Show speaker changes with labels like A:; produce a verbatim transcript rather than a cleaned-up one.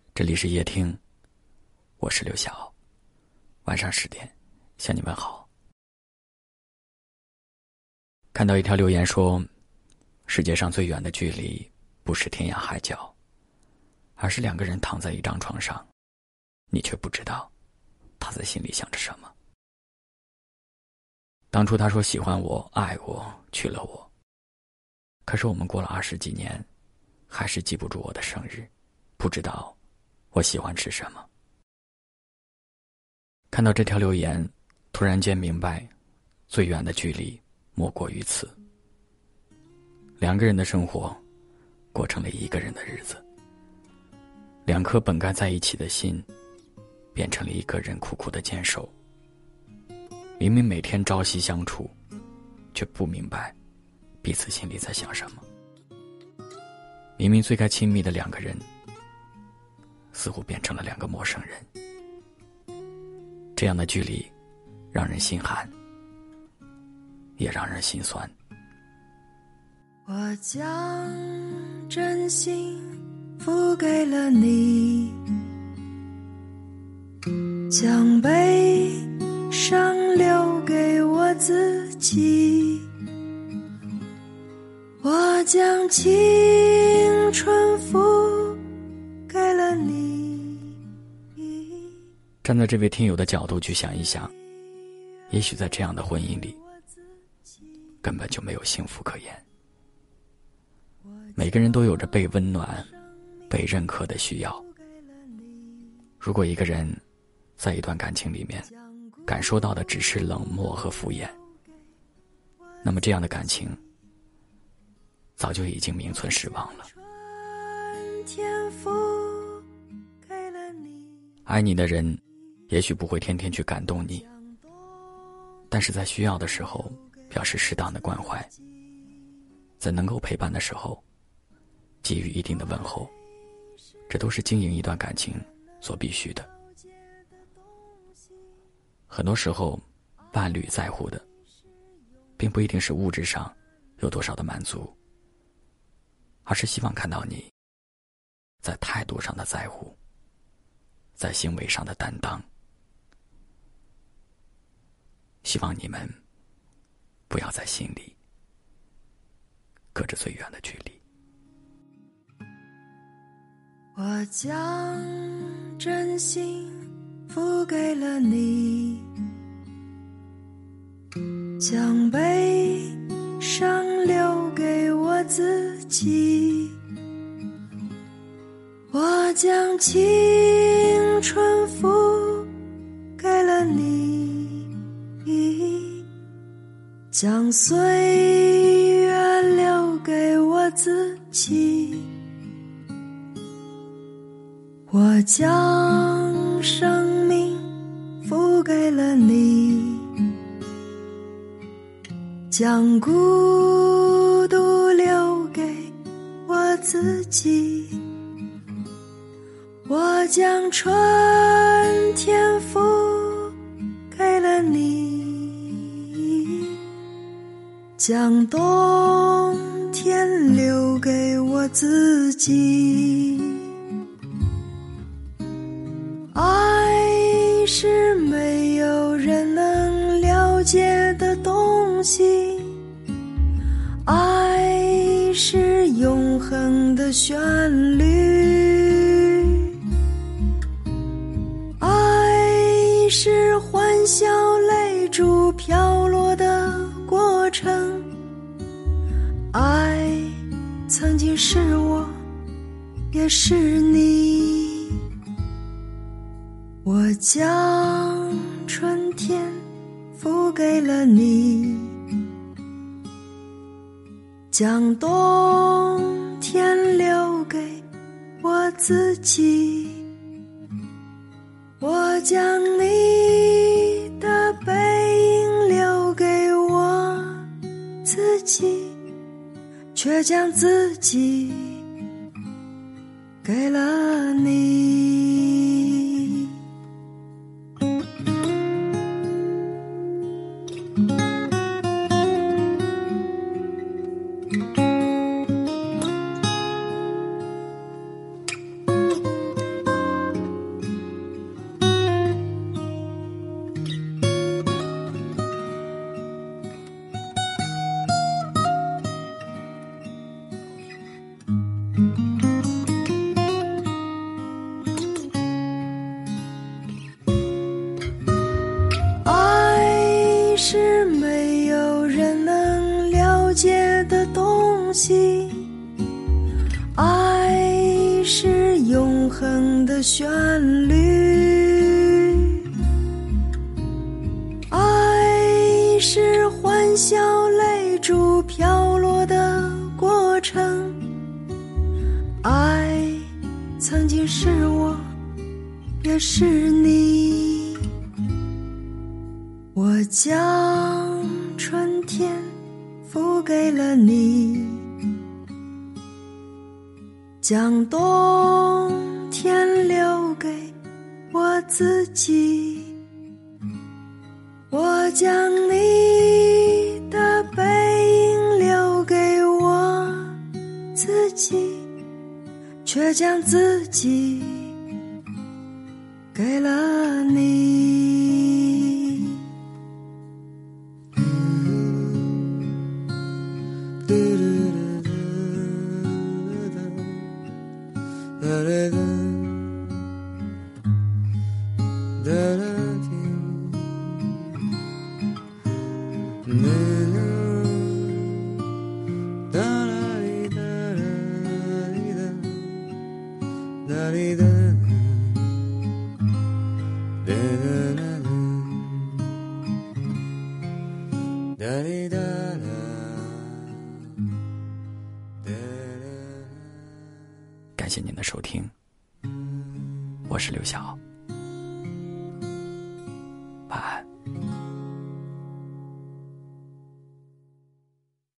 A: 这里是夜听，我是刘晓，晚上十点向你们好。看到一条留言说，世界上最远的距离不是天涯海角，而是两个人躺在一张床上，你却不知道他在心里想着什么。当初他说喜欢我、爱我、娶了我，可是我们过了二十几年，还是记不住我的生日，不知道我喜欢吃什么。看到这条留言，突然间明白，最远的距离莫过于此。两个人的生活过成了一个人的日子，两颗本该在一起的心变成了一个人苦苦的坚守。明明每天朝夕相处，却不明白彼此心里在想什么。明明最该亲密的两个人，似乎变成了两个陌生人。这样的距离让人心寒，也让人心酸。
B: 我将真心付给了你，将悲伤留给我自己，我将青春付给了你。
A: 站在这位听友的角度去想一想，也许在这样的婚姻里，根本就没有幸福可言。每个人都有着被温暖、被认可的需要。如果一个人在一段感情里面感受到的只是冷漠和敷衍，那么这样的感情早就已经名存实亡了。爱你的人也许不会天天去感动你，但是在需要的时候表示适当的关怀，在能够陪伴的时候给予一定的问候，这都是经营一段感情所必须的。很多时候伴侣在乎的并不一定是物质上有多少的满足，而是希望看到你在态度上的在乎，在行为上的担当。希望你们不要在心里隔着最远的距离。
B: 我将真心付给了你，将悲伤留给我自己，我将青春付给了你，将岁月留给我自己，我将生命付给了你，将孤独留给我自己，我将春天付给了你，将冬天留给我自己。爱是没有人能了解的东西，爱是永恒的旋律，爱是欢笑泪珠飘落的过程，爱曾经是我，也是你。我将春天付给了你，将冬天留给我自己，我将你的背影留给我自己，却将自己给了你。 永恒的旋律。爱是欢笑泪珠飘落的过程，爱曾经是我，也是你。我将春天付给了你，将冬天留给我自己。我将你的背影留给我自己，却将自己给了你。
A: 感谢您的收听，我是刘晓。